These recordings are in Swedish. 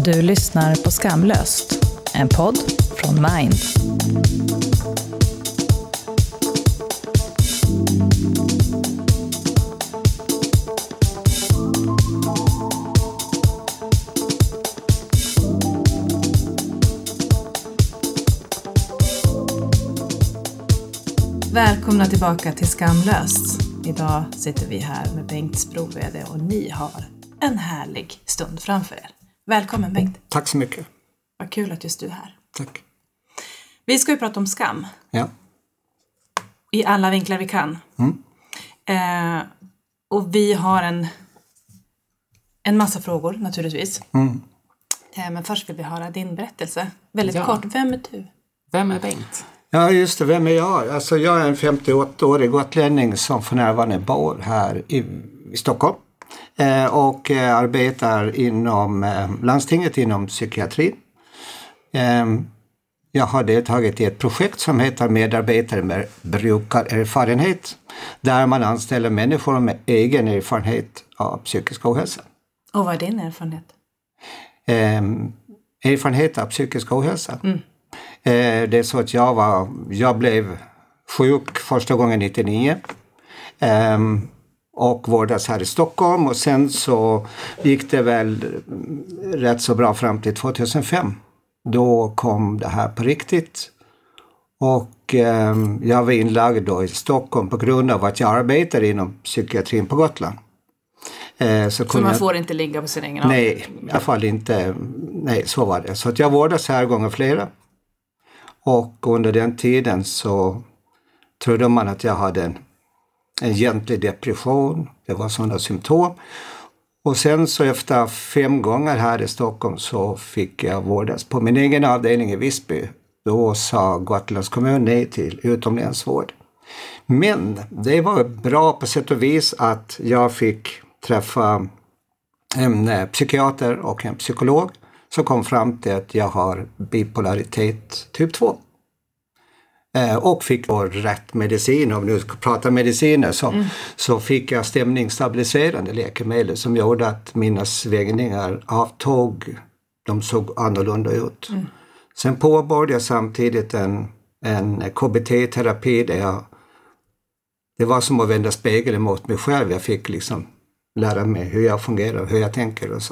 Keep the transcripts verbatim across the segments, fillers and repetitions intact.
Du lyssnar på Skamlöst, en podd från Mind. Välkomna tillbaka till Skamlöst. Idag sitter vi här med Bengt Sprovede och ni har en härlig stund framför er. Välkommen Bengt. Tack så mycket. Vad kul att just du är här. Tack. Vi ska ju prata om skam. Ja. I alla vinklar vi kan. Mm. Eh, och vi har en, en massa frågor naturligtvis. Mm. Eh, men först vill vi höra din berättelse. Väldigt Ja. kort. Vem är du? Vem är Bengt? Ja, just det. Vem är jag? Alltså, jag är en femtioåttaårig gotlänning som för närvarande bor här i, i Stockholm. Eh, och eh, arbetar inom eh, landstinget inom psykiatrin. Eh, jag har deltagit i ett projekt som heter Medarbetare med brukarerfarenhet. Där man anställer människor med egen erfarenhet av psykisk ohälsa. Och vad är din erfarenhet? Eh, erfarenhet av psykisk ohälsa. Mm. Eh, det är så att jag var, jag blev sjuk första gången nittionio. Eh, och vårdas här i Stockholm. Och sen så gick det väl rätt så bra fram till tjugohundrafem. Då kom det här på riktigt. Och eh, jag var inlagd då i Stockholm på grund av att jag arbetar inom psykiatrin på Gotland. Eh, så Så man jag... får inte ligga på sin egen hand? Nej, i alla fall inte. Nej, så var det. Så att jag vårdas här gånger flera. Och under den tiden så trodde man att jag hade en, en egentlig depression. Det var sådana symptom. Och sen så efter fem gånger här i Stockholm så fick jag vårdas på min egen avdelning i Visby. Då sa Gotlands kommun nej till utomlänsvård. Men det var bra på sätt och vis att jag fick träffa en psykiater och en psykolog. Så kom fram till att jag har bipolaritet typ två. Eh, och fick då rätt medicin. Om nu ska prata mediciner så, mm. så fick jag stämningsstabiliserande läkemedel som gjorde att mina svängningar avtog. De såg annorlunda ut. Mm. Sen påbörjade jag samtidigt en, en K B T-terapi där jag, det var som att vända spegeln mot mig själv. Jag fick liksom lära mig hur jag fungerar, hur jag tänker och så.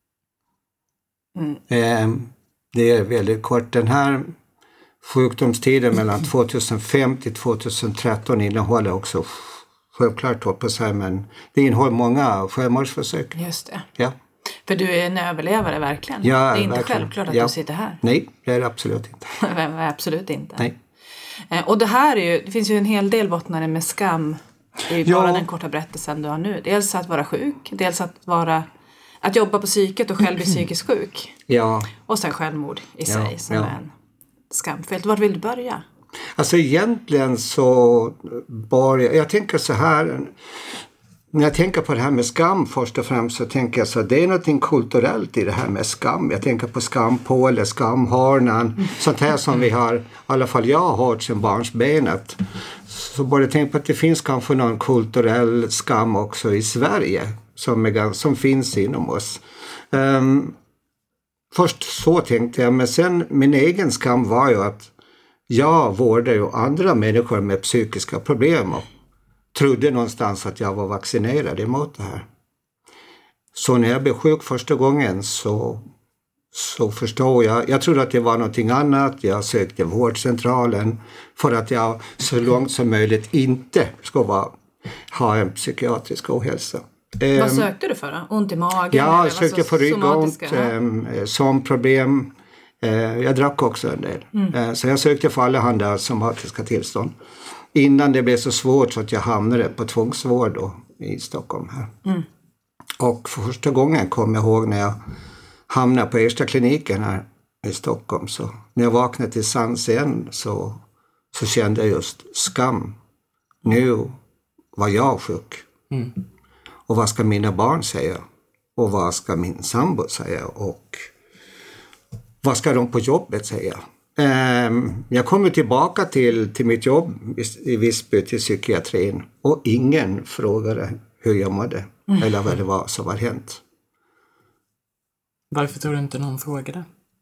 Mm. Eh, det är väldigt kort. Den här sjukdomstiden mellan tjugohundrafem till tjugotretton innehåller också självklart hoppas jag, men det innehåller många självmordsförsök. Just det. Ja. För du är en överlevare verkligen. Ja, det är inte verkligen. Självklart att ja. du sitter här. Nej, det är det absolut inte. Absolut inte. Nej. Eh, och det här är ju, det finns ju en hel del bottnar med skam i ja. bara den korta berättelsen du har nu. Dels att vara sjuk, dels att vara att jobba på psyket och själv bli psykiskt sjuk. Ja. Och sen självmord i ja. sig som ja. är en skamfyllt. Vart vill du börja? Alltså egentligen så börjar jag tänker så här. När jag tänker på det här med skam först och främst så tänker jag så att det är något kulturellt i det här med skam. Jag tänker på skampåle, skamhörnan, mm. sånt här som vi har, i alla fall jag har hört sedan barnsbenet. Så borde jag tänka på att det finns kanske någon kulturell skam också i Sverige som, är, som finns inom oss. Um, först så tänkte jag, men sen min egen skam var ju att jag vårdar ju andra människor med psykiska problem och trodde någonstans att jag var vaccinerad emot det här. Så när jag blev sjuk första gången så, så förstod jag. Jag trodde att det var någonting annat. Jag sökte vårdcentralen för att jag så långt som möjligt inte ska vara, ha en psykiatrisk ohälsa. Vad sökte du för då? Ont i magen? Ja, jag sökte för ryggont, som problem. Jag drack också en del. Mm. Så jag sökte för alla handa somatiska tillstånd. Innan det blev så svårt så att jag hamnade på tvångsvård då, i Stockholm här. Mm. Och för första gången kom jag ihåg när jag hamnade på Ersta kliniken här i Stockholm. Så när jag vaknade till sans igen så, så kände jag just skam. Nu var jag sjuk. Mm. Och vad ska mina barn säga? Och vad ska min sambo säga? Och vad ska de på jobbet säga? Jag kommer tillbaka till, till mitt jobb i Visby till psykiatrin och ingen frågade hur jag mådde mm. eller vad det var som var hänt. Varför tror du inte någon frågade?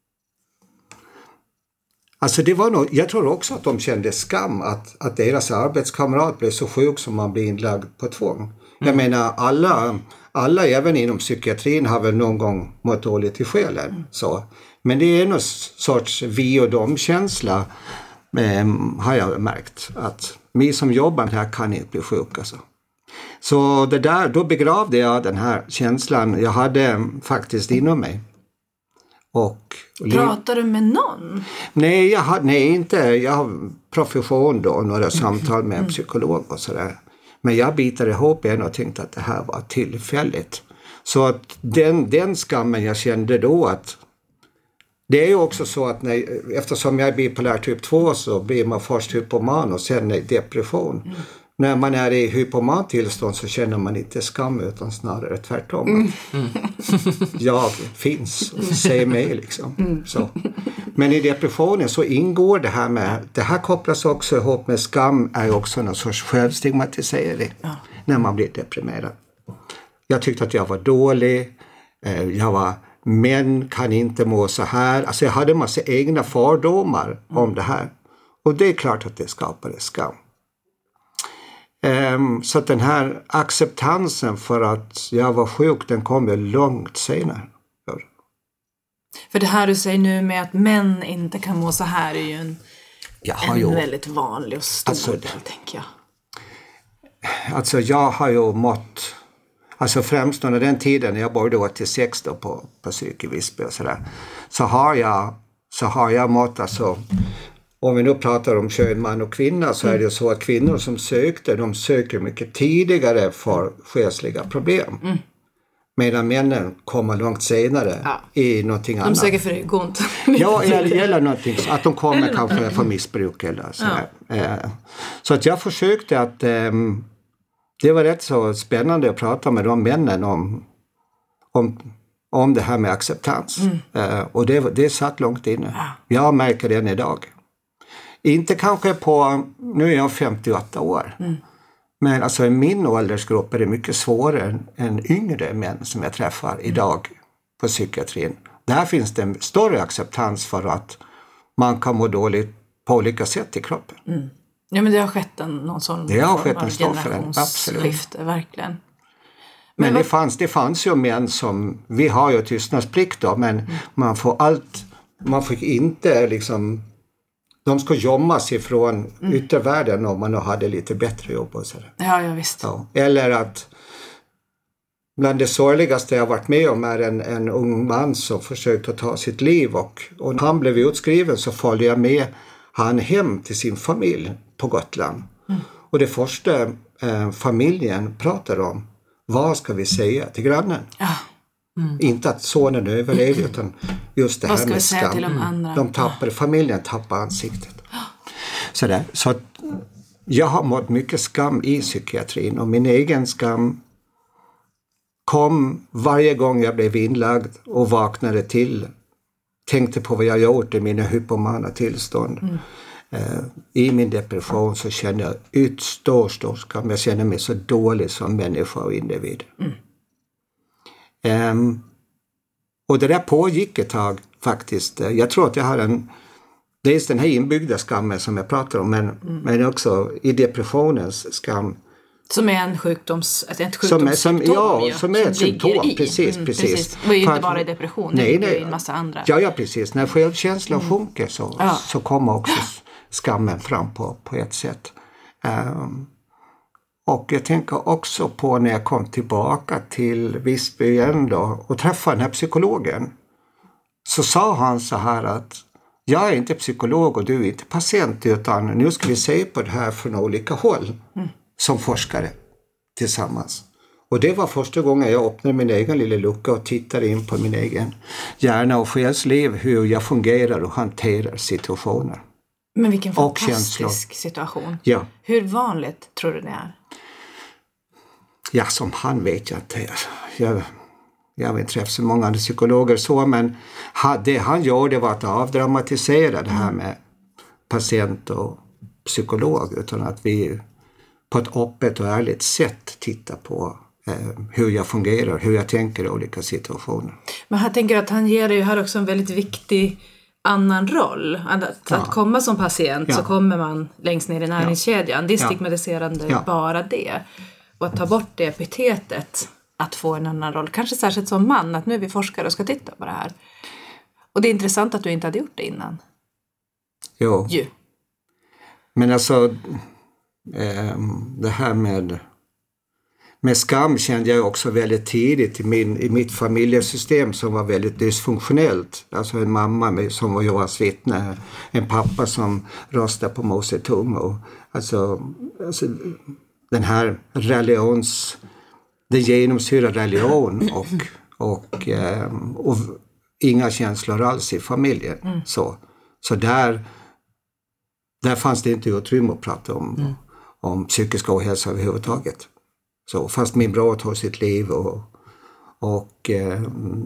Alltså det var nog, jag tror också att de kände skam att, att deras arbetskamrat blev så sjuk som man blir inlagd på tvång. Mm. Jag menar alla, alla även inom psykiatrin har väl någon gång mått dåligt i själen. Mm. Så. Men det är någon sorts vi och dom-känsla eh, har jag märkt. Att vi som jobbar här kan inte bli sjuka. Alltså. Så det där, då begravde jag den här känslan jag hade faktiskt inom mig. Och, pratar du med någon? Nej, jag har, nej inte. Jag har profession då, några samtal med en psykolog och sådär. Men jag bitade ihop en och tänkte att det här var tillfälligt. Så att den, den skammen jag kände då att det är ju också så att när, eftersom jag är bipolär typ två så blir man först hypoman och sen depression. Mm. När man är i hypoman tillstånd så känner man inte skam utan snarare tvärtom. Mm. Mm. Jag finns, säg mig liksom. Mm. Så. Men i depressionen så ingår det här med, det här kopplas också ihop med skam är också någon sorts självstigmatisering ja. När man blir deprimerad. Jag tyckte att jag var dålig, jag var män kan inte må så här. Alltså jag hade en massa egna fördomar mm. om det här. Och det är klart att det skapade skam. Um, så att den här acceptansen för att jag var sjuk, den kom ju långt senare. För det här du säger nu med att män inte kan må så här är ju en, en ju, väldigt vanlig och stor alltså, del, tänker jag. Alltså jag har ju mått, alltså främst under den tiden när jag bodde åttiosex då på, på psyk i Visby och sådär, så har jag, så har jag mått alltså. Om vi nu pratar om kön, man och kvinna så är det så att kvinnor som sökte, de söker mycket tidigare för själsliga problem. Mm. Medan männen kommer långt senare ja. I någonting annat. De söker för gont. Ja, eller, eller någonting. Att de kommer kanske för missbruk eller så. Ja. Så att jag försökte att um, det var rätt så spännande att prata med de männen om, om, om det här med acceptans. Mm. Uh, och det, det satt långt inne. Ja. Jag märker det idag. Inte kanske på, nu är jag femtioåtta år. Mm. Men alltså i min åldersgrupp är det mycket svårare än, än yngre män som jag träffar mm. idag på psykiatrin. Där finns det en större acceptans för att man kan må dåligt på olika sätt i kroppen. Mm. Ja, men det har skett en, någon sån det har skett en stor generationsskifte, verkligen. Men, men det, fanns, det fanns ju män som, vi har ju tystnadsplikt då, men mm. man får allt, man fick inte liksom, de ska gömmas ifrån mm. yttervärlden om man hade lite bättre jobb och sådär. Ja, ja visst. Ja. Eller att bland det sorgligaste jag varit med om är en, en ung man som försökte ta sitt liv och, och när han blev utskriven så följde jag med han hem till sin familj på Gotland. Mm. Och det första eh, familjen pratade om, vad ska vi säga till grannen? Ja. Mm. Inte att sonen överlevde mm. utan just det vad här med skam. Vad ska vi säga till de andra? De tappade, familjen tappade ansiktet. Sådär. Så att jag har mått mycket skam i psykiatrin och min egen skam kom varje gång jag blev inlagd och vaknade till. Tänkte på vad jag gjort i mina hypomana tillstånd. Mm. Uh, I min depression så kände jag ut stor, stor skam. Jag känner mig så dålig som människa och individ. Mm. Um, och det där pågick ett tag faktiskt. Jag tror att jag har en, dels den här inbyggda skammen som jag pratar om, men, mm. men också i depressionens skam. Som är en sjukdoms, ett sjukdomssymptom. Som, som, ja, som är ett symptom, precis, mm, precis. precis. Och inte bara i depression, nej, det är nej. ju en massa andra. Ja, ja, precis. När självkänslan mm. sjunker så, ja. så kommer också skammen fram på, på ett sätt. Um, och jag tänker också på när jag kom tillbaka till Visby igen då och träffade den här psykologen. Så sa han så här att jag är inte psykolog och du är inte patient utan nu ska vi se på det här från olika håll. Mm. Som forskare tillsammans. Och det var första gången jag öppnade min egen lilla lucka och tittade in på min egen hjärna och själsliv, hur jag fungerar och hanterar situationer. Men vilken fantastisk situation. Ja. Hur vanligt tror du det är? Ja, som han vet jag inte. Jag, jag har inte träffat så många andra psykologer så, men det han gjorde var att avdramatisera det här med patient och psykolog utan att vi på ett öppet och ärligt sätt titta på eh, hur jag fungerar, hur jag tänker i olika situationer. Men jag tänker att han ger dig här också en väldigt viktig annan roll. Att, Ja. att komma som patient Ja. så kommer man längst ner i näringskedjan. Det är Ja. stigmatiserande Ja. bara det. Och att ta bort det epitetet, att få en annan roll. Kanske särskilt som man, att nu är vi forskare och ska titta på det här. Och det är intressant att du inte hade gjort det innan. Jo. Ju. Men alltså, eh, det här med, med skam kände jag också väldigt tidigt i, min, i mitt familjesystem som var väldigt dysfunktionellt. Alltså en mamma med, som var Jehovas vittne, en pappa som röstade på Mose Tung. Och, alltså, alltså den här religions, det genomsyrar religion och, och, eh, och inga känslor alls i familjen. Mm. Så, så där Där fanns det inte utrymme att prata om, mm. om psykisk ohälsa överhuvudtaget. Så fast min bror tog sitt liv och, och eh,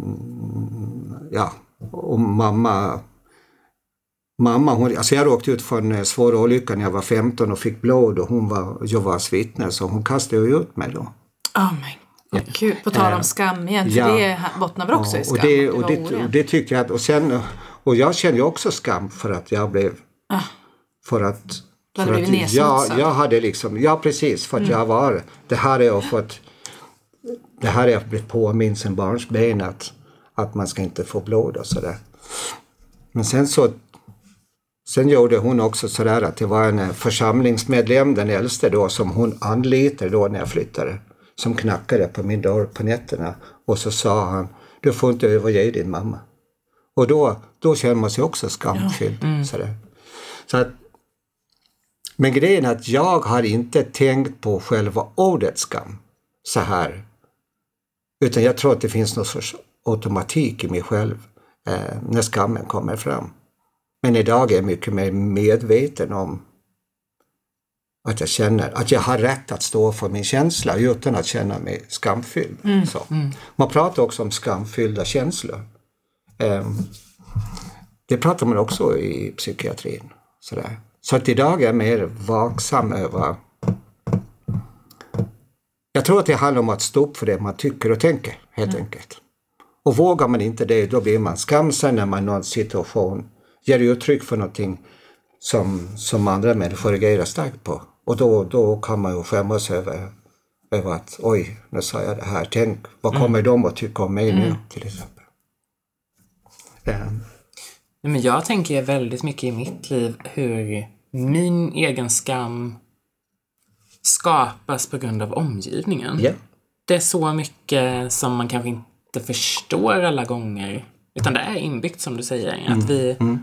ja, och mamma, mamma hon, alltså jag råkade ut för en svår olycka när jag var femton och fick blod och hon var Jehovas vittne så hon kastade ut mig då. Oh my God. Gud, på tal om skam igen, för ja. Det bottnar väl också ja, i skam. Och det, och, det, och det tyckte jag, och sen, och jag kände ju också skam för att jag blev ah. För att, för att jag, jag hade liksom, ja precis, för att mm. jag var, det här är jag fått, det här är jag blivit påminn sen barnsben att, att man ska inte få blod och sådär. Men sen så, sen gjorde hon också sådär att det var en församlingsmedlem, den äldste då, som hon anlitade då när jag flyttade, som knackade på min dörr på nätterna och så sa han, du får inte överge din mamma. Och då, då känner man sig också skamfylld. Ja. Mm. Sådär. Så att, men grejen är att jag har inte tänkt på själva ordet skam så här. Utan jag tror att det finns någon sorts automatik i mig själv eh, när skammen kommer fram. Men idag är jag mycket mer medveten om att jag känner att jag har rätt att stå för min känsla utan att känna mig skamfylld. Mm. Så. Mm. Man pratar också om skamfyllda känslor. Eh, det pratar man också i psykiatrin. Sådär. Så att idag är jag mer vaksam över. Jag tror att det handlar om att stå upp för det man tycker och tänker, helt mm. enkelt. Och vågar man inte det, då blir man skamsen när man i någon situation ger uttryck för någonting som, som andra människor reagerar starkt på. Och då, då kan man ju skämmas över, över att, oj, nu sa jag det här. Tänk, vad kommer mm. de att tycka om mig mm. nu, till exempel. Um, Men jag tänker väldigt mycket i mitt liv hur min egen skam skapas på grund av omgivningen. Yeah. Det är så mycket som man kanske inte förstår alla gånger. Utan det är inbyggt som du säger. Mm. Att vi, mm.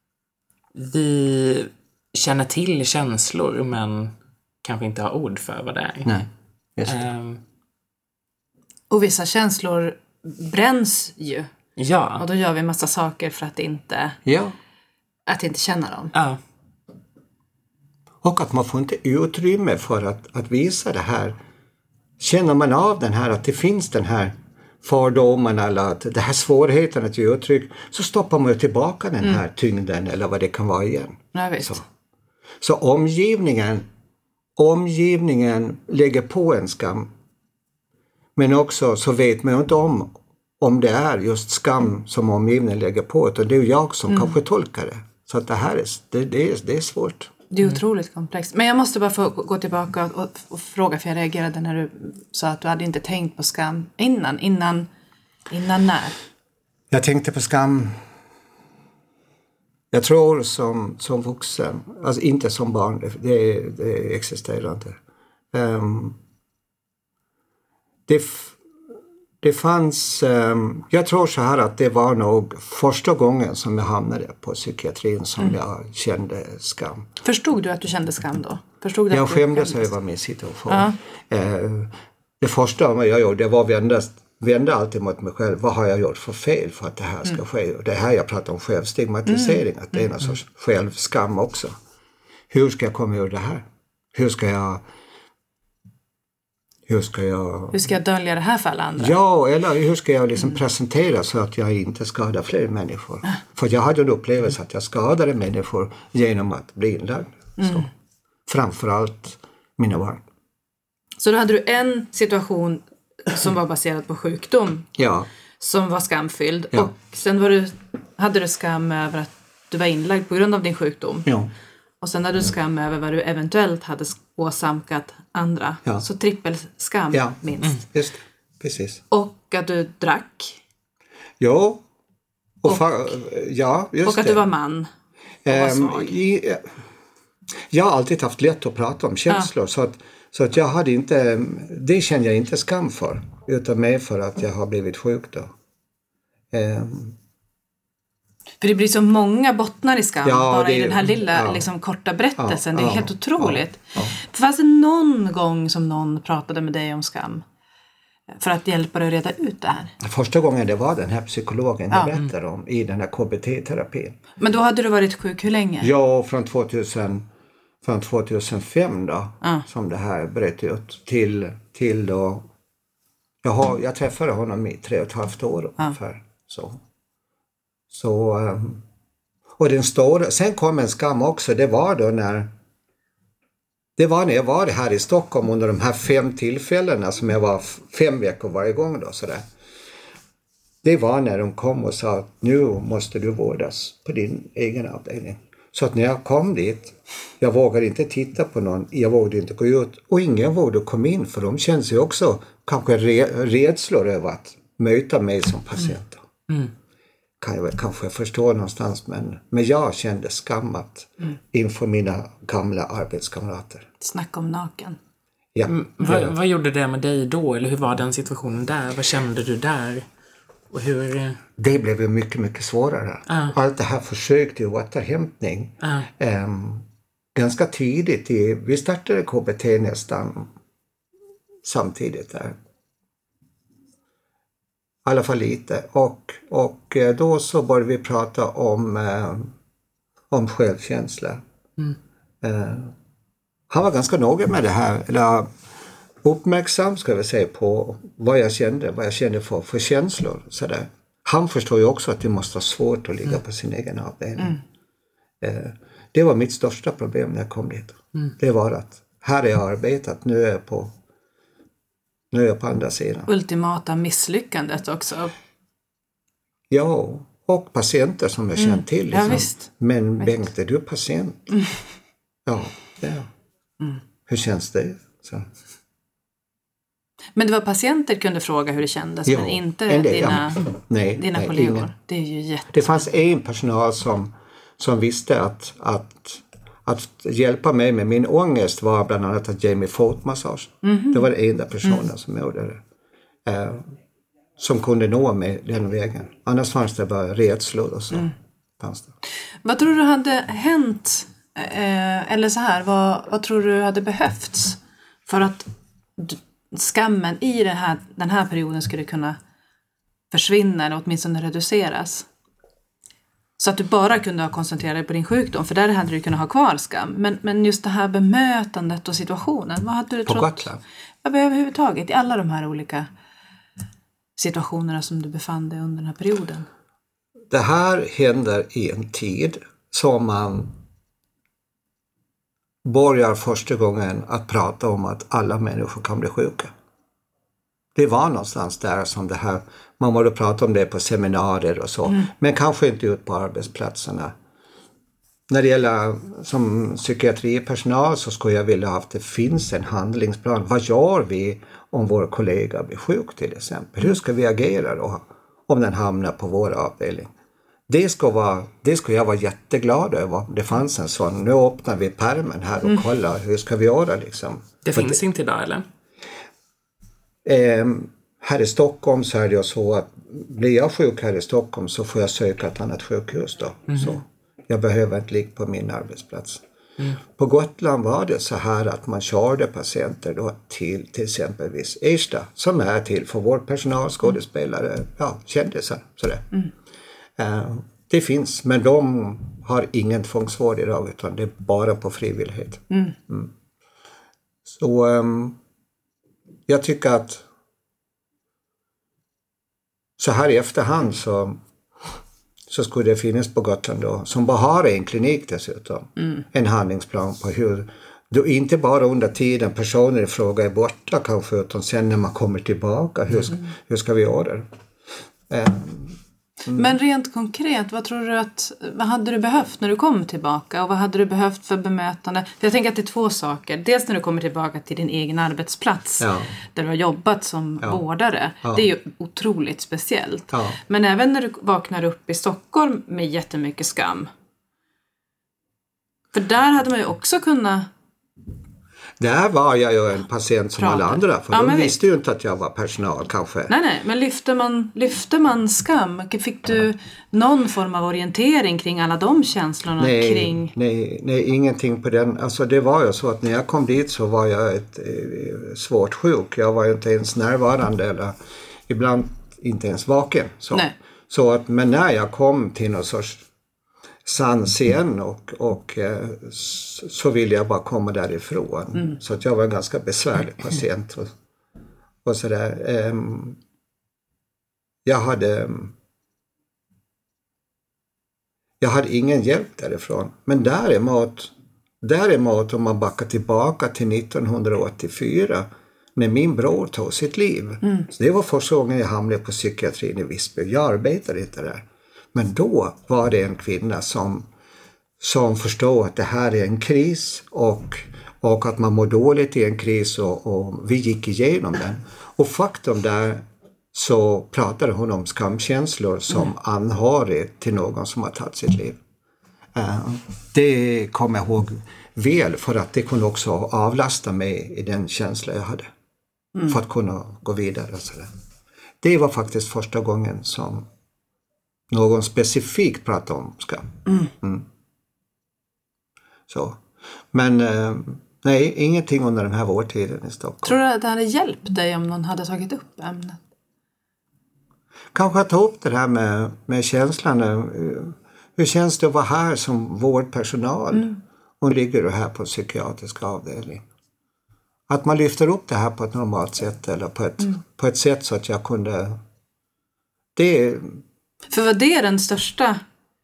vi känner till känslor men kanske inte har ord för vad det är. Nej, just det. Um, och vissa känslor bränns ju. Ja. Och då gör vi en massa saker för att inte, ja. att inte känna dem. Ja. Och att man får inte utrymme för att, att visa det här. Känner man av den här, att det finns den här fördomen eller att det här svårigheten att ge uttryck, så stoppar man ju tillbaka den här mm. tyngden eller vad det kan vara igen. Ja, visst. Så. så omgivningen, omgivningen lägger på en skam. Men också så vet man ju inte om om det är just skam som omgivningen lägger på, utan det är jag som mm. kanske tolkar det. Så att det här är, det, det är, det är svårt. Det är otroligt mm. komplext. Men jag måste bara få gå tillbaka och, och fråga, för jag reagerade när du sa att du hade inte tänkt på skam innan. Innan, innan när? Jag tänkte på skam, jag tror som, som vuxen, alltså inte som barn, det, det, det existerar inte. Um, det Det fanns, um, jag tror så här att det var nog första gången som jag hamnade på psykiatrin som mm. jag kände skam. Förstod du att du kände skam då? Förstod du jag att du skämdes skämdes över min situation. Uh-huh. Uh, det första jag gjorde, det var att vända, vända alltid mot mig själv. Vad har jag gjort för fel för att det här ska mm. ske? Och det här jag pratar om självstigmatisering, mm. att det är någon sorts självskam också. Hur ska jag komma ur det här? Hur ska jag... Hur ska jag... Hur ska jag dölja det här för alla andra? Ja, eller hur ska jag liksom mm. presentera så att jag inte skadar fler människor? Ah. För jag hade en upplevelse att jag skadade människor genom att bli inlagd. Mm. Så. Framförallt mina barn. Så då hade du en situation som var baserad på sjukdom. Ja. Som var skamfylld. Ja. Och sen var du, hade du skam över att du var inlagd på grund av din sjukdom. Ja. Och sen hade du skam över vad du eventuellt hade åsamkat andra. Ja. Så trippelskam Ja. minst. Mm. Just det. Precis. Och att du drack. Jo. Och, Och- fa- ja, just Och att det. du var man. Och var Ehm, svag. i, jag har alltid haft lätt att prata om känslor. Så, att, så att jag hade inte, det känner jag inte skam för. Utan mer för att jag har blivit sjuk då. Ehm, För det blir så många bottnar i skam. Ja, bara det- i den här lilla ja. liksom, korta berättelsen. Ja, det är ja, helt otroligt. ja, ja. Fanns det någon gång som någon pratade med dig om skam? För att hjälpa dig att reda ut det här. första gången det var den här psykologen Ja. jag berättade om i den här K B T-terapin. Men då hade du varit sjuk hur länge? Ja, från, tvåtusen, från tvåtusenfem då, Ja. som det här bröt ut till, till då. Jag, har, jag träffade honom i tre och ett halvt år ungefär. Så, så, ehm, och den stora, sen kom en skam också, det var då när det var när jag var här i Stockholm under de här fem tillfällena som jag var f- fem veckor varje gång då sådär. Det var när de kom och sa att nu måste du vårdas på din egen avdelning. Så att när jag kom dit, jag vågade inte titta på någon, jag vågade inte gå ut och ingen vågade komma in för de känns ju också kanske re- rädslor över att möta mig som patient. Mm. Kan jag väl kanske förstå någonstans men, men jag kände skammat Mm. inför mina gamla arbetskamrater. Snacka om naken. Ja, Mm, vad, vad gjorde det med dig då? Eller hur var den situationen där? Vad kände du där? Och hur... det blev ju mycket, mycket svårare. Ja. Allt det här försök till återhämtning. Ja. Ehm, ganska tidigt, i, vi startade K B T nästan samtidigt där. I alla fall lite. Och, och eh, då så började vi prata om, eh, om självkänsla. Mm. Eh, han var ganska noga med det här. Eller uppmärksam ska vi säga på vad jag kände. Vad jag kände för, för känslor. Så där. Han förstår ju också att det måste vara svårt att ligga mm. på sin egen avdelning. Mm. Eh, det var mitt största problem när jag kom dit. Mm. Det var att här är jag arbetat. Nu är jag på Nu är jag på andra sidan. Ultimata misslyckandet också. Ja, och patienter som jag Mm. känt till. Ja, Liksom. visst. Men Visst. Bengt, är du patient? Mm. Ja, det är jag. Mm. Hur känns det? Så. Men det var patienter kunde fråga hur det kändes, Ja, men inte en del, dina, ja. nej, dina nej, kollegor. ingen. Det är ju jätte... Det fanns en personal som, som visste att, att, att hjälpa mig med min ångest var bland annat att ge mig fotmassage. Mm-hmm. Det var den enda personen mm. som gjorde det. Eh, som kunde nå mig den vägen. Annars fanns det bara rädslor och så. Mm. Fanns det. Vad tror du hade hänt, eh, eller så här, vad, vad tror du hade behövts för att d- skammen i den här, den här perioden skulle kunna försvinna eller åtminstone reduceras? Så att du bara kunde ha koncentrerat dig på din sjukdom, för där hade du kunnat ha kvar skam. Men, men just det här bemötandet och situationen, vad hade du på trott? Gotland? Ja, överhuvudtaget, i alla de här olika situationerna som du befann dig under den här perioden. Det här händer i en tid som man börjar första gången att prata om att alla människor kan bli sjuka. Det var någonstans där som det här, man borde prata om det på seminarier och så, mm. men kanske inte ut på arbetsplatserna. När det gäller som psykiatripersonal så skulle jag vilja att det finns en handlingsplan. Vad gör vi om vår kollega blir sjuk till exempel? Hur ska vi agera då om den hamnar på vår avdelning? Det ska, vara, det ska jag vara jätteglad över. Det fanns en sån. Nu öppnar vi pärmen här och mm. kollar. Hur ska vi göra liksom? Det finns det, inte idag eller? Eh, här i Stockholm så är det ju så att blir jag sjuk här i Stockholm så får jag söka ett annat sjukhus då. Mm. Så jag behöver inte ligga på min arbetsplats. Mm. På Gotland var det så här att man körde patienter då till till exempelvis Ersta som är till för vår personal, skådespelare, ja, kändisar. Sådär. Mm. Uh, det finns, men de har ingen tvångsvård idag utan det är bara på frivillighet. Mm. Mm. Så um, jag tycker att så här i efterhand så, så skulle det finnas på Gotland då, som bara har en klinik dessutom. Mm. En handlingsplan på hur då inte bara under tiden personer i fråga är borta kanske, utan sen när man kommer tillbaka, hur, mm. hur ska vi göra det? Mm. Men rent konkret, vad tror du att, vad hade du behövt när du kom tillbaka och vad hade du behövt för bemötande? För jag tänker att det är två saker. Dels när du kommer tillbaka till din egen arbetsplats, ja. Där du har jobbat som ja. vårdare. Ja. Det är ju otroligt speciellt. Ja. Men även när du vaknar upp i Stockholm med jättemycket skam. För där hade man ju också kunnat... Där var jag ju en patient som Pratar. alla andra. För ja, de visste vi... ju inte att jag var personal kanske. Nej, nej. Men lyfte man, lyfte man skam? Fick du någon form av orientering kring alla de känslorna? Nej, kring... nej, nej, ingenting på den. Alltså det var ju så att när jag kom dit så var jag ett eh, svårt sjuk. Jag var ju inte ens närvarande eller ibland inte ens vaken. Så, nej. så att, men när jag kom till någon sorts sans igen och, och eh, så ville jag bara komma därifrån. Mm. Så att jag var en ganska besvärlig patient. Och, och sådär. Eh, jag hade jag hade ingen hjälp därifrån. Men däremot, däremot om man backar tillbaka till nittonhundraåttiofyra när min bror tog sitt liv. Mm. Så det var första gången jag hamnade på psykiatrin i Visby. Jag arbetade inte där. Men då var det en kvinna som, som förstod att det här är en kris och, och att man mår dåligt i en kris och, och vi gick igenom den. Och faktum där så pratade hon om skamkänslor som mm. anhörig till någon som har tagit sitt liv. Uh, det kommer jag ihåg väl för att det kunde också avlasta mig i den känsla jag hade. Mm. För att kunna gå vidare och sådär. Det var faktiskt första gången som någon specifikt pratade om skam. Mm. Mm. Så. Men eh, nej, ingenting under den här vårdtiden i Stockholm. Tror du att det hade hjälpt dig om någon hade tagit upp ämnet? Kanske att ta upp det här med, med känslan. Hur känns det att vara här som vårdpersonal? Mm. Och ligger du här på psykiatrisk avdelning? Att man lyfter upp det här på ett normalt sätt eller på ett, mm. på ett sätt så att jag kunde... Det För vad det är den största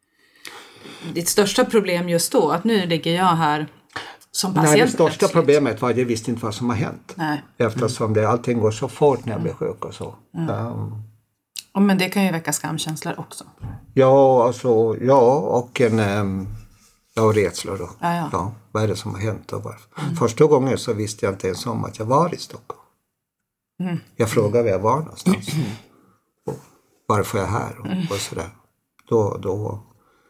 ditt största problem just då? Att nu ligger jag här som patient. Nej, det största plötsligt. problemet var att jag visste inte vad som har hänt. Nej. Eftersom mm. det, allting går så fort när jag blir sjuk och så. Mm. Um, och men det kan ju väcka skamkänslor också. Ja, alltså, ja och en um, ja, rädsla då. Ja, ja. Ja, vad är det som har hänt och varför? Mm. Första gången så visste jag inte ens om att jag var i Stockholm. Mm. Jag frågade var jag var någonstans. Mm. Och varför är jag här och, mm. och sådär. Då, då.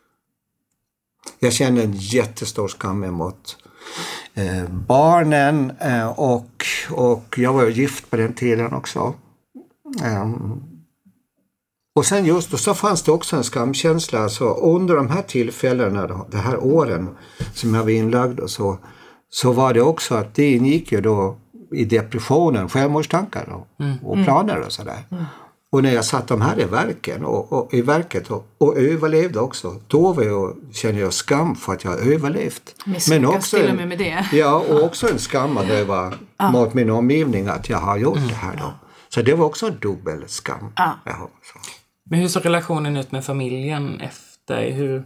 Jag känner en jättestor skam emot eh, barnen eh, och, och jag var gift på den tiden också. Um, och sen just då så fanns det också en skamkänsla. Alltså under de här tillfällena, då, de här åren som jag var inlagd och så, så var det också att det ingick ju då i depressionen, självmordstankar och, mm. och planer och sådär. Mm. Och när jag satt de här i verken och, och i verket och, och överlevde också, då var jag, kände jag skam för att jag överlevt. Men också en, med med det. Ja, och också en skam att det var ah. mot min omgivning att jag har gjort mm. det här då. Så det var också en dubbel skam. Ah. Ja, så. Men hur såg relationen ut med familjen efter? Hur,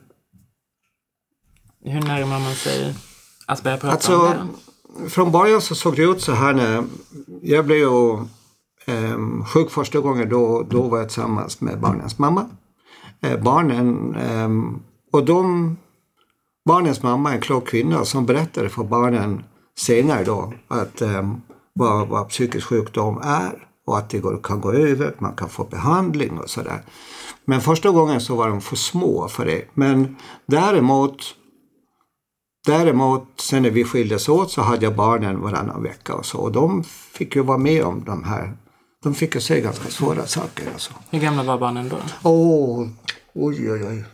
hur närmar man sig att börja prata alltså, om det? Från början så såg det ut så här när jag blev ju Um, sjuk första gången då, då var jag tillsammans med barnens mamma. Uh, barnen um, och de barnens mamma är en klok kvinna som berättade för barnen senare då att um, vad, vad psykisk sjukdom är och att det går, kan gå över, man kan få behandling och sådär. Men första gången så var de för små för det. Men däremot Däremot, sen när vi skildes åt så hade jag barnen varannan vecka och så. Och de fick ju vara med om de här. De fick ju se ganska svåra saker. Alltså. Hur gamla var barnen då? Åh, oj, oj, oj.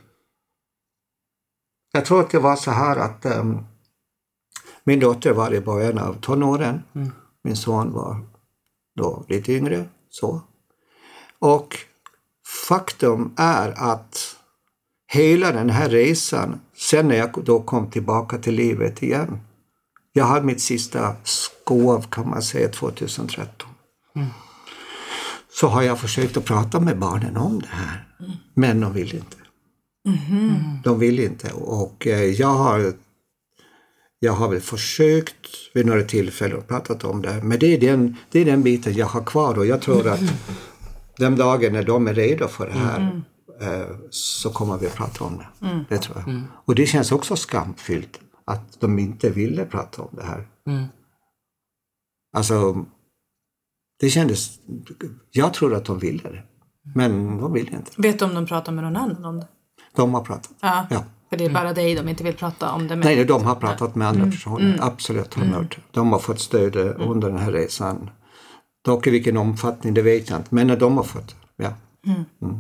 Jag tror att det var så här att um, min dotter var i början av tonåren. Mm. Min son var då lite yngre. Så. Och faktum är att hela den här resan, sen när jag då kom tillbaka till livet igen. Jag hade mitt sista skov kan man säga tjugohundratretton. Mm. Så har jag försökt att prata med barnen om det här. Mm. Men de vill inte. Mm. De vill inte. Och eh, jag har Jag har väl försökt vid några tillfällen och pratat om det. Men det är den, det är den biten jag har kvar. Och jag tror att den dagen när de är redo för det här mm. eh, så kommer vi att prata om det. Mm. Det tror jag. Mm. Och det känns också skamfyllt att de inte ville prata om det här. Mm. Alltså, det kändes... Jag tror att de ville det. Men de ville inte. Vet du om de pratar med någon annan om det? De har pratat. Ja, ja. För det är bara dig de inte vill prata om det med. Nej, de har pratat med andra mm. personer. Mm. Absolut har mm. De har fått stöd mm. under den här resan. Dock i vilken omfattning, det vet jag inte. Men när de har fått, ja. Mm. Mm.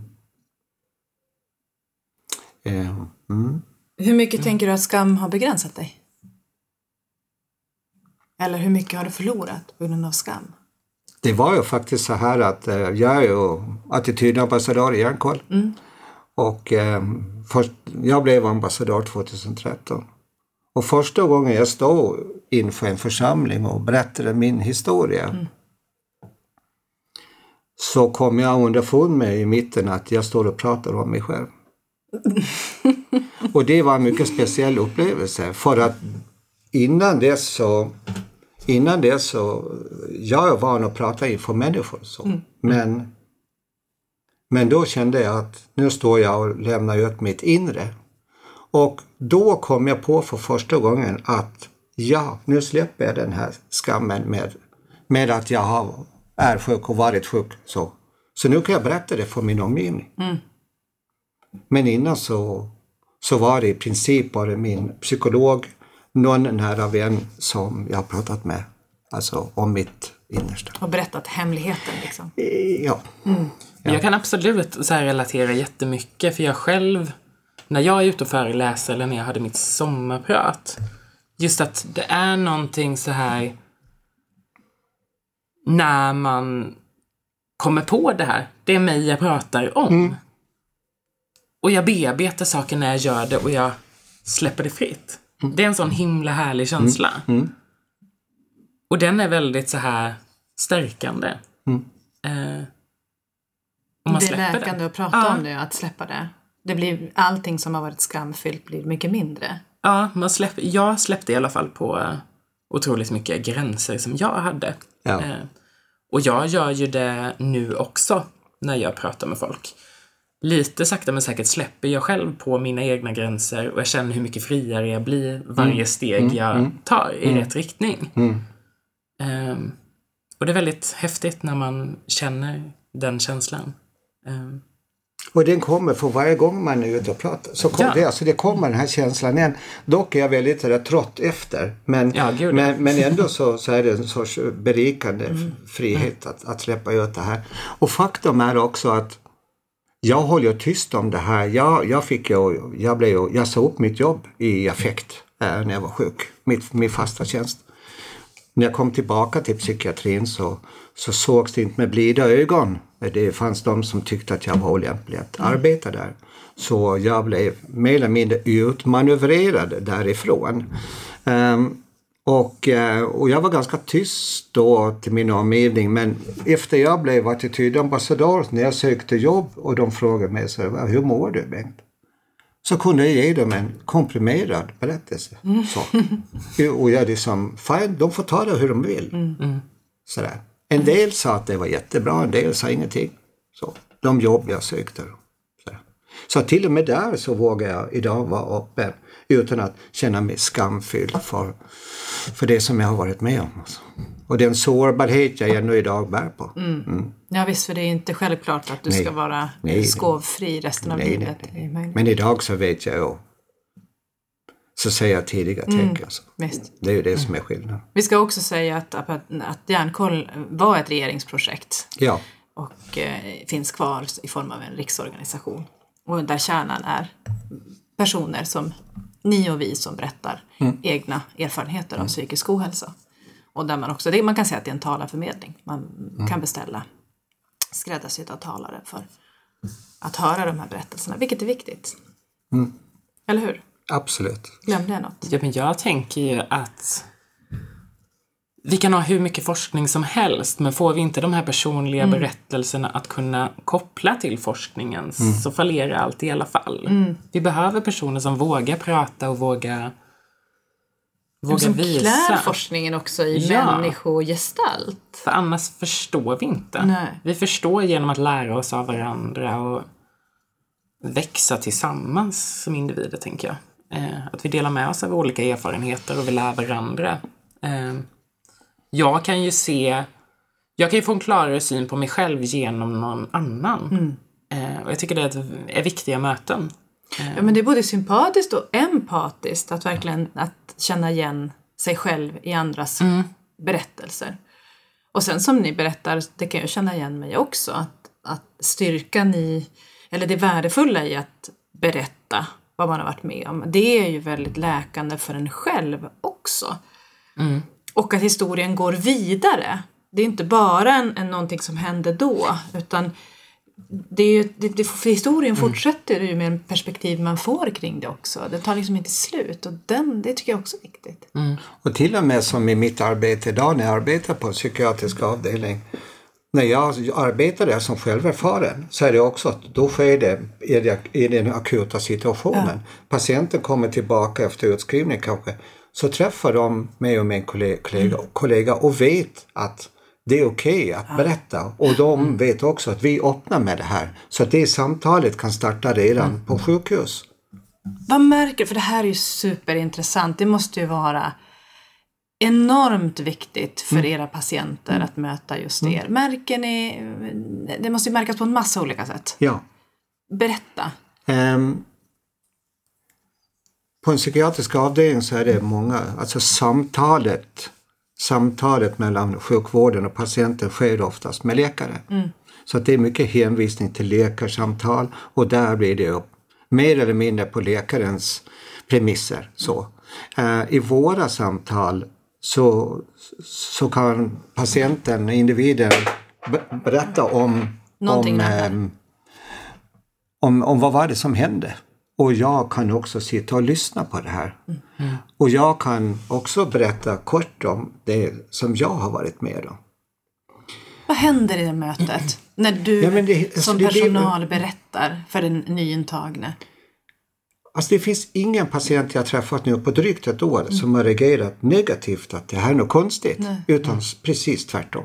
Eh, mm. Hur mycket mm. tänker du att skam har begränsat dig? Eller hur mycket har du förlorat på grund av skam? Det var ju faktiskt så här att eh, jag är ju attitydambassadör i Hjärnkoll. Mm. Och eh, först, jag blev ambassadör tjugohundratretton. Och första gången jag stod inför en församling och berättade min historia. Mm. Så kom jag underfund med i mitten att jag står och pratar om mig själv. Och det var en mycket speciell upplevelse. För att innan det så... Innan det så... Jag är van att prata inför människor. Så. Mm. Men... Men då kände jag att nu står jag och lämnar ut mitt inre. Och då kom jag på för första gången att ja, nu släpper jag den här skammen med, med att jag har, är sjuk och varit sjuk. Så, så nu kan jag berätta det för min omgivning. Mm. Men innan så, så var det i princip bara min psykolog, någon nära vän som jag har pratat med. Alltså om mitt innersta. Och berättat hemligheten liksom. Ja. Mm. Ja. Jag kan absolut så här relatera jättemycket, för jag själv, när jag är ute och föreläser eller när jag hade mitt sommarprat, just att det är någonting så här när man kommer på det här, det är mig jag pratar om. Mm. Och jag bearbetar saker när jag gör det och jag släpper det fritt. Mm. Det är en sån himla härlig känsla. Mm. Mm. Och den är väldigt så här stärkande. Mm. Eh, om man det är läkande det. Att prata ja. om det, att släppa det. Det blir, allting som har varit skamfyllt blir mycket mindre. Ja, man släpp, jag släppte i alla fall på uh, otroligt mycket gränser som jag hade. Ja. Uh, och jag gör ju det nu också när jag pratar med folk. Lite sakta men säkert släpper jag själv på mina egna gränser och jag känner hur mycket friare jag blir varje mm. steg mm. jag mm. tar i mm. rätt riktning. Mm. Um, och det är väldigt häftigt när man känner den känslan. Um. Och den kommer för varje gång man är ute och pratar. Så kom, ja. det, alltså det kommer den här känslan igen. Dock är jag väldigt där, trott efter. Men, ja, men, men ändå så, så är det en sorts berikande mm. frihet att, att släppa ut det här. Och faktum är också att jag håller tyst om det här. Jag, jag, fick ju, jag, blev, jag sa upp mitt jobb i affekt äh, när jag var sjuk. Mitt, min fasta tjänst. När jag kom tillbaka till psykiatrin så, så sågs det inte med blida ögon. Det fanns de som tyckte att jag var olämplig att arbeta där. Så jag blev mer eller mindre utmanövrerad därifrån. Um, och, uh, och jag var ganska tyst då till min omgivning. Men efter jag blev attitydambassadör, när jag sökte jobb och de frågade mig så, hur mår du, Bengt? Så kunde jag ge dem en komprimerad berättelse. Mm. Så. Och jag liksom, fine, de får ta det hur de vill. Mm. Sådär. En del sa att det var jättebra, en del sa ingenting. Så, de jobb jag sökte. Så, så till och med där så vågar jag idag vara öppen utan att känna mig skamfylld för, för det som jag har varit med om. Alltså. Och den sårbarhet jag ännu idag bär på. Mm. Mm. Ja visst, för det är inte självklart att du nej. ska vara nej, skovfri resten av nej, livet. Nej, nej. Men idag så vet jag ju. Så säger jag tidigare mm. tänk alltså. Visst. Det är ju det som är skillnaden. Vi ska också säga att, att, att Hjärnkoll var ett regeringsprojekt. Ja. Och eh, finns kvar i form av en riksorganisation. Och där kärnan är personer som ni och vi som berättar mm. egna erfarenheter mm. av psykisk ohälsa. Och där man också, det, man kan säga att det är en talarförmedling. Man mm. kan beställa skräddarsydda talare för att höra de här berättelserna. Vilket är viktigt. Mm. Eller hur? Absolut. Glömde jag något? Ja, men jag tänker ju att vi kan ha hur mycket forskning som helst, men får vi inte de här personliga mm. berättelserna att kunna koppla till forskningen mm. så fallerar allt i alla fall. Mm. Vi behöver personer som vågar prata och våga våga som visa. klär forskningen också i Ja. människogestalt. För annars förstår vi inte. Nej. Vi förstår genom att lära oss av varandra och växa tillsammans som individer, tänker jag. Eh, att vi delar med oss av olika erfarenheter och vi lär varandra. Eh, jag kan ju se, jag kan ju få en klarare syn på mig själv genom någon annan. Mm. Eh, och jag tycker det är, ett, är viktiga möten. Eh, Ja, men det är både sympatiskt och empatiskt att verkligen att känna igen sig själv i andras Mm. berättelser. Och sen som ni berättar, det kan jag känna igen mig också, att, att styrkan i, eller det värdefulla i att berätta vad man har varit med om, det är ju väldigt läkande för en själv också. Mm. Och att historien går vidare. Det är inte bara en, en någonting som hände då, utan det är ju, det, det, för historien Mm. fortsätter ju med en perspektiv man får kring det också. Det tar liksom inte slut, och den, det tycker jag också är viktigt. Mm. Och till och med som i mitt arbete idag när jag arbetar på en psykiatrisk avdelning. När jag arbetar där som själverfaren så är det också att då sker det i, det, i den akuta situationen. Ja. Patienten kommer tillbaka efter utskrivning kanske. Så träffar de mig och min kollega, Mm. kollega och vet att det är okej okay att Ja. berätta. Och de vet också att vi öppnar med det här. Så att det samtalet kan starta redan Mm. på sjukhus. Vad märker, för det här är ju superintressant, det måste ju vara enormt viktigt för Mm. era patienter att möta just er. Märker ni, det måste ju märkas på en massa olika sätt. Ja. Berätta. Um, på en psykiatrisk avdelning så är det många, alltså samtalet, samtalet mellan sjukvården och patienten sker oftast med läkare. Mm. Så att det är mycket hänvisning till läkarsamtal och där blir det upp mer eller mindre på läkarens premisser. Så. Uh, I våra samtal så, så kan patienten, individen be- berätta om, Någonting om, hände. um, om, om vad var det som hände. Och jag kan också sitta och lyssna på det här. Mm. Och jag kan också berätta kort om det som jag har varit med om. Vad händer i det mötet när du Ja, men det- alltså, som det- det- personal berättar för den nyintagne? Alltså det finns ingen patient jag träffat nu på drygt ett år som har reagerat negativt att det här är något konstigt. Nej. Utan precis tvärtom.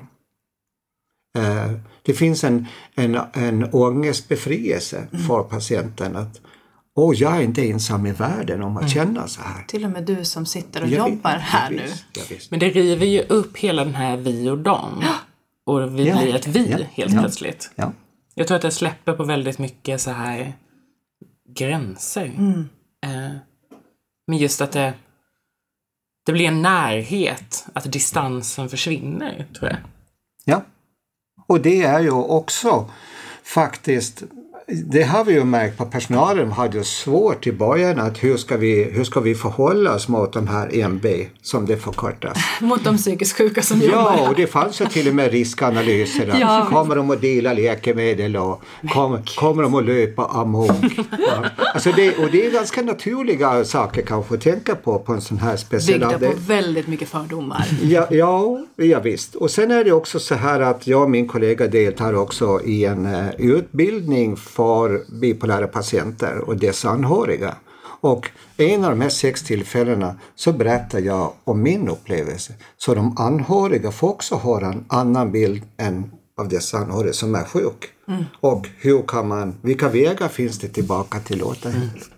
Eh, det finns en, en, en ångestbefrielse för patienten att åh, jag är inte ensam i världen om att känna så här. Till och med du som sitter och Jag vet- jobbar här jag nu. visst, jag visst. Men det river ju upp hela den här vi och dem. Och vi Ja. blir ett vi Ja. helt Ja. plötsligt. Ja. Jag tror att det släpper på väldigt mycket så här gränser. Mm. Eh, men just att det, det blir en närhet. Att distansen försvinner, tror jag. Ja, och det är ju också faktiskt, det har vi ju märkt på personalen hade ju svårt i början att hur ska vi, hur ska vi förhålla oss mot de här M B som det förkortas. Mot de psykiskt sjuka som jobbar Ja, här. och det fanns ju till och med riskanalyser. Att Ja. kommer de att dela läkemedel och kommer, kommer de att löpa amok? Ja. Alltså det, och det är ganska naturliga saker kanske att tänka på på en sån här speciell Byggda på avdelning. väldigt mycket fördomar. Ja, ja, ja visst. Och sen är det också så här att jag och min kollega deltar också i en uh, utbildning för bipolära patienter och dess anhöriga. Och en av de här sex tillfällena så berättar jag om min upplevelse. Så de anhöriga får också ha en annan bild än av dessa anhöriga som är sjuk. Mm. Och hur kan man, vilka vägar finns det tillbaka till återhämtning? Mm.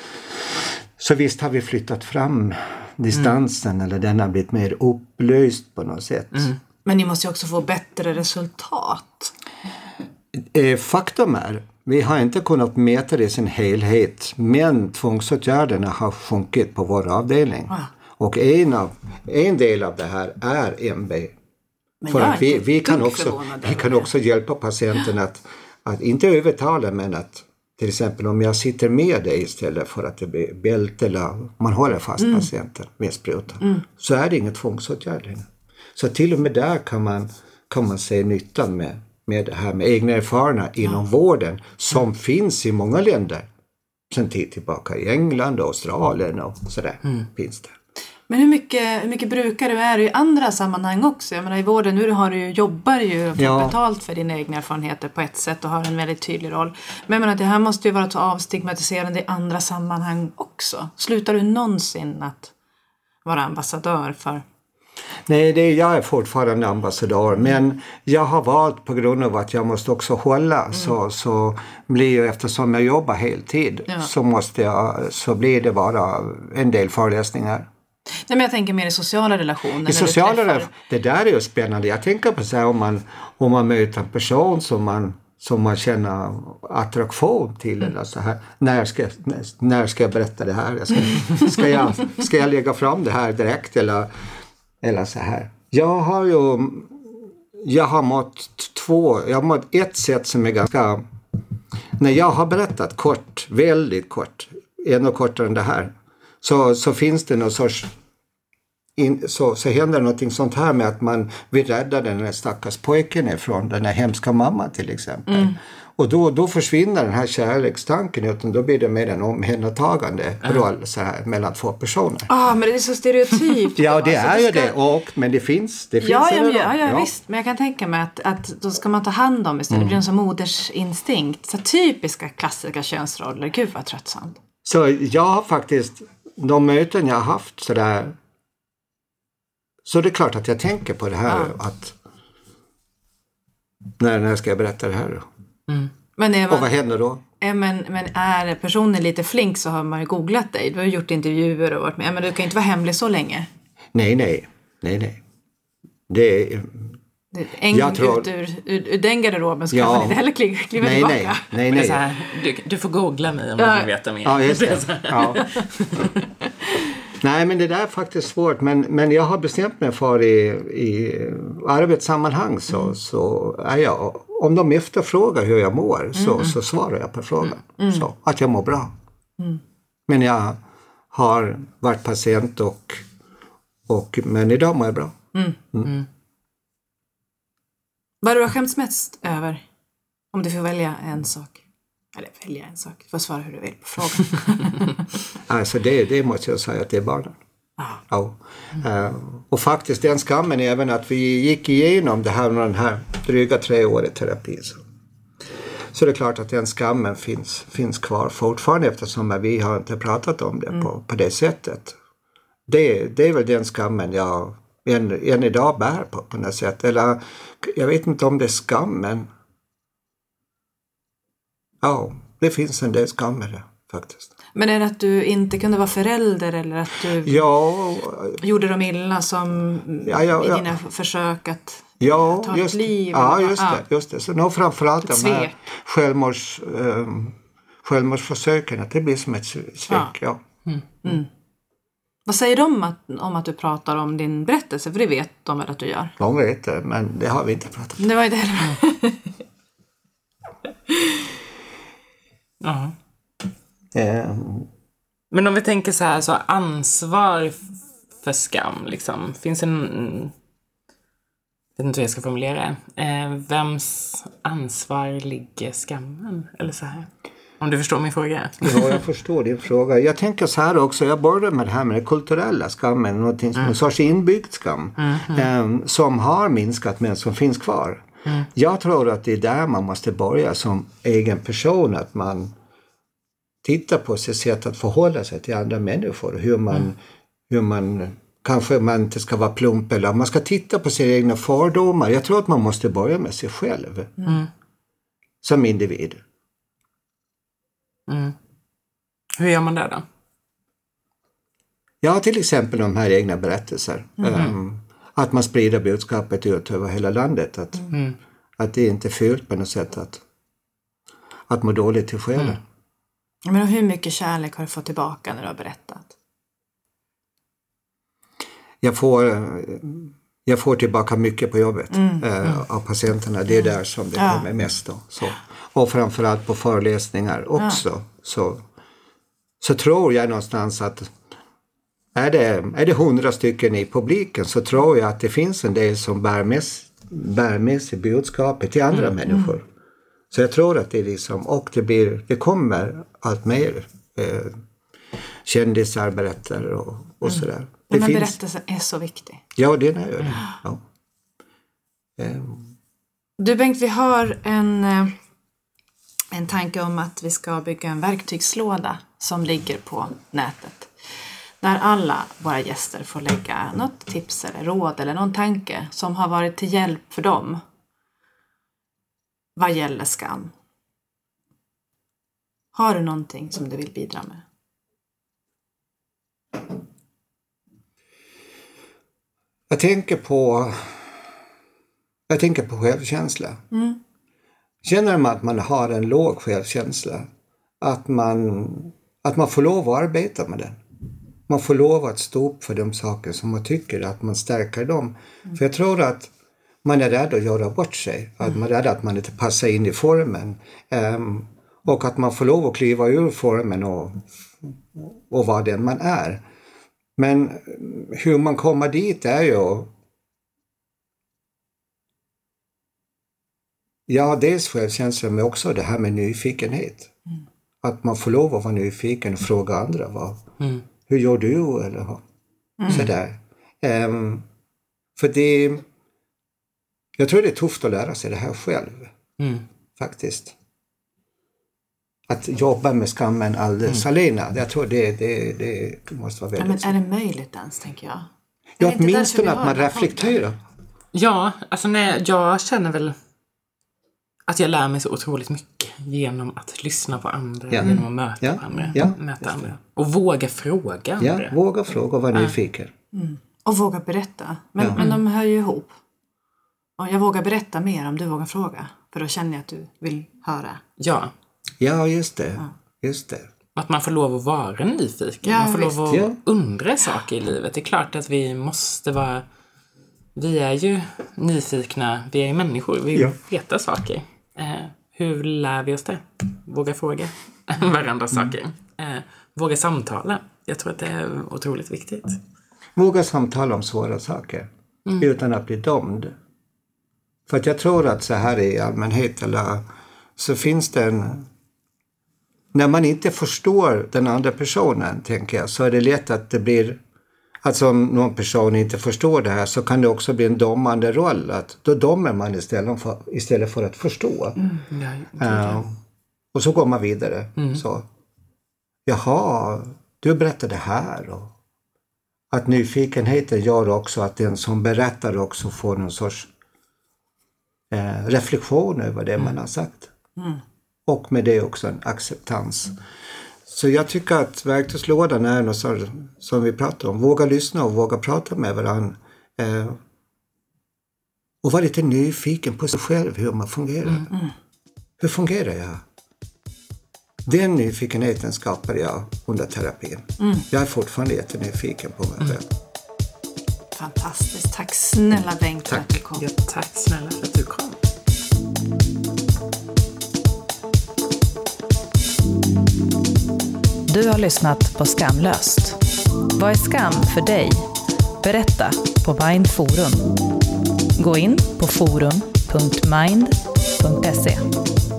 Så visst har vi flyttat fram distansen mm. eller den har blivit mer upplöst på något sätt. Mm. Men ni måste ju också få bättre resultat. Eh, faktum är, vi har inte kunnat mäta det i sin helhet, men tvångsåtgärderna har sjunkit på vår avdelning. Wow. Och en, av, en del av det här är M B. Men För jag är att vi, inte vi kan, dugg också, förvånad vi över kan det. också hjälpa patienten att, att inte övertala, men att till exempel om jag sitter med dig istället för att det blir bälte eller man håller fast mm. patienten med sprutan, mm. så är det inget tvångsåtgärd längre. Så till och med där kan man, kan man se nyttan med, med det här med egna erfarenheter inom ja. vården som mm. finns i många länder sedan tid tillbaka. I England och Australien och sådär mm. finns det. Men hur mycket, hur mycket brukare är du i andra sammanhang också? Jag menar i vården, nu har du, jobbar ju och får ja. betalt för dina egna erfarenheter på ett sätt och har en väldigt tydlig roll. Men jag menar att det här måste ju vara så avstigmatiserande i andra sammanhang också. Slutar du någonsin att vara ambassadör för? Nej, det är, jag är fortfarande ambassadör, men jag har valt på grund av att jag måste också hålla, mm. så, så blir jag, eftersom jag jobbar heltid, ja. så, måste jag, så blir det bara en del föreläsningar. Nej, men jag tänker mer i sociala relationer. I sociala relationer, det där är ju spännande. Jag tänker på så här, om man, om man möter en person som man, som man känner attraktion till, mm. eller så här, när ska, när ska jag berätta det här? Jag ska, ska, jag, ska jag lägga fram det här direkt, eller... Eller så här. Jag har ju jag har mått två, jag har mått ett sätt som är ganska, när jag har berättat kort, väldigt kort, ännu kortare än det här, så, så finns det någon sorts, in, så, så händer någonting sånt här med att man vill rädda den här stackars pojken ifrån den här hemska mamma till exempel. Mm. Och då, då försvinner den här kärlekstanken, utan då blir det mer en omhändertagande mm. roll så här, mellan två personer. Ja, ah, men det är så stereotypt. Ja, det är ju ska... det. Och, men det finns. Det finns ja, ja, ja, ja, ja, visst. Men jag kan tänka mig att, att då ska man ta hand om istället. Mm. Det blir en sån modersinstinkt. Så typiska klassiska könsroller. Gud vad tröttsamt. Så jag har faktiskt, de möten jag har haft så där, så det är klart att jag tänker på det här. Ja. Att när, när ska jag berätta det här då? Mm. Men är man, och vad händer då? Är, men, men är personen lite flink så har man ju googlat dig. Du har gjort intervjuer och varit med. Men du kan inte vara hemlig så länge. Nej, nej. Nej, nej. Det är... En gång tror... ut ur, ur, ur den garderoben så ja. kan man inte heller kliva, kliva nej, tillbaka. Nej, nej, nej. Så här, du, du får googla mig om ja. du vill veta mer. Ja, just det. Ja. Nej, men det där är faktiskt svårt. Men, men jag har bestämt mig för i, i arbetssammanhang så, mm. så är jag, om de efterfrågar hur jag mår mm. så, så svarar jag på frågan. Mm. Så, att jag mår bra. Mm. Men jag har varit patient och, och men idag mår jag bra. Mm. Mm. Mm. Vad du har skämts mest över? Om du får välja en sak. Eller välja en sak. Du får svara hur du vill på frågan. Alltså det, det måste jag säga att det är barnen. Ah. Ja. Mm. Uh, och faktiskt den skammen även att vi gick igenom det här med den här dryga tre år i terapi. Så. så det är klart att den skammen finns, finns kvar fortfarande eftersom vi har inte pratat om det mm. på, på det sättet. Det, det är väl den skammen jag än, än idag bär på på något sätt. Eller jag vet inte om det är skammen. Ja, det finns en del skam med det faktiskt. Men är det att du inte kunde vara förälder eller att du ja, gjorde dem illa som ja, ja, ja. i dina försök att ja, ta just, ett liv? Ja, just det. Just det. Så nog framförallt de här självmords, um, självmordsförsöken, att det blir som ett svek. Ja. Ja. Mm. Mm. Vad säger de att, om att du pratar om din berättelse? För det vet de väl att du gör? De vet det, men det har vi inte pratat om. Det var inte heller. Ja. Um. Men om vi tänker så här, så ansvar för skam, liksom. Finns det en... Jag vet inte hur jag ska formulera det. Eh, vems ansvar ligger skammen? Eller så här. Om du förstår min fråga. Ja, jag förstår din fråga. Jag tänker så här också. Jag började med det här med den kulturella skammen. Någonting som mm. en sorts inbyggd skam. Mm, mm. Eh, som har minskat men som finns kvar. Mm. Jag tror att det är där man måste börja som egen person. Att man tittar på sitt sätt att förhålla sig till andra människor. Hur man, mm. hur man kanske man inte ska vara plump. Eller man ska titta på sina egna fördomar. Jag tror att man måste börja med sig själv. Mm. Som individ. Mm. Hur gör man det då? Ja, till exempel de här egna berättelser. Mm. Um, att man sprider budskapet ut över hela landet. Att, mm. att det inte är fult på något sätt att, att må dåligt till själen. Mm. Men hur mycket kärlek har du fått tillbaka när du har berättat? Jag får, jag får tillbaka mycket på jobbet mm. äh, mm. av patienterna. Det är där som det ja. kommer mest. Då, så. Och framförallt på föreläsningar också. Ja. Så, så tror jag någonstans att är det, är det hundra stycken i publiken så tror jag att det finns en del som bär med, bär med sig budskapet till andra mm. människor. Mm. Så jag tror att det är liksom, och det blir, det kommer allt mer eh, kändisar berättar och, och mm. sådär. Det men finns... berättelsen är så viktig. Ja, det är det. Ja. Um. Du Bengt, vi har en, en tanke om att vi ska bygga en verktygslåda som ligger på nätet. där alla våra gäster får lägga något tips eller råd eller någon tanke som har varit till hjälp för dem vad gäller skam. Har du någonting som du vill bidra med? Jag tänker på jag tänker på självkänsla. Mm. Känner man att man har en låg självkänsla, att man, att man får lov att arbeta med den. Man får lov att stå upp för de saker som man tycker, att man stärker dem. Mm. För jag tror att man är rädd att göra bort sig. Att man är rädd att man inte passar in i formen. Um, och att man får lov att kliva ur formen och, och vara den man är. Men hur man kommer dit är ju... Ja, dels självkänsla men också det här med nyfikenhet. Mm. Att man får lov att vara nyfiken och fråga andra. Vad, mm. Hur gör du? Eller mm. sådär. Um, för det... Jag tror det är tufft att lära sig det här själv. Mm. Faktiskt. Att jobba med skammen alldeles mm. alena. Jag tror det, det, det måste vara väldigt... Ja, men är det möjligt ens, tänker jag? Ja, åtminstone att man reflekterar. Ja, alltså nej, jag känner väl att jag lär mig så otroligt mycket genom att lyssna på andra, ja. genom att möta ja. andra, ja. möta andra. Och våga fråga andra. Ja, våga fråga och vara nyfiken. Mm. Och våga berätta. Men, ja. men de hör ju ihop. Och jag vågar berätta mer om du vågar fråga. För då känner jag att du vill höra. Ja. Ja, just det. Ja. Just det. Att man får lov att vara nyfiken. Ja, man får visst. lov att ja. undra saker i livet. Det är klart att vi måste vara... Vi är ju nyfikna. Vi är ju människor. Vi vill ja. veta saker. Eh, hur lär vi oss det? Våga fråga varandra saker. Eh, våga samtala. Jag tror att det är otroligt viktigt. Våga samtala om svåra saker. Mm. Utan att bli dömd. För att jag tror att så här i allmänhet eller, så finns det en... När man inte förstår den andra personen, tänker jag, så är det lätt att det blir... Alltså om någon person inte förstår det här så kan det också bli en dömande roll. Att då dömer man istället för, istället för att förstå. Mm. Ja, uh, och så går man vidare. Mm. Så, jaha, du berättade här. Och att nyfikenheten gör också att den som berättar också får någon sorts eh, reflektion över det mm. man har sagt. Mm. Och med det också en acceptans. Mm. Så jag tycker att verktygslådan är något som, som vi pratar om. Våga lyssna och våga prata med varandra. Eh, och vara lite nyfiken på sig själv, hur man fungerar. Mm. Mm. Hur fungerar jag? Den nyfikenheten skapar jag under terapin. Mm. Jag är fortfarande jättenyfiken på mig själv. Mm. Fantastiskt. Tack snälla Bengt för att du kom. Ja, tack snälla för att du kom. Du har lyssnat på Skamlöst. Vad är skam för dig? Berätta på Mind Forum. Gå in på forum punkt mind punkt se.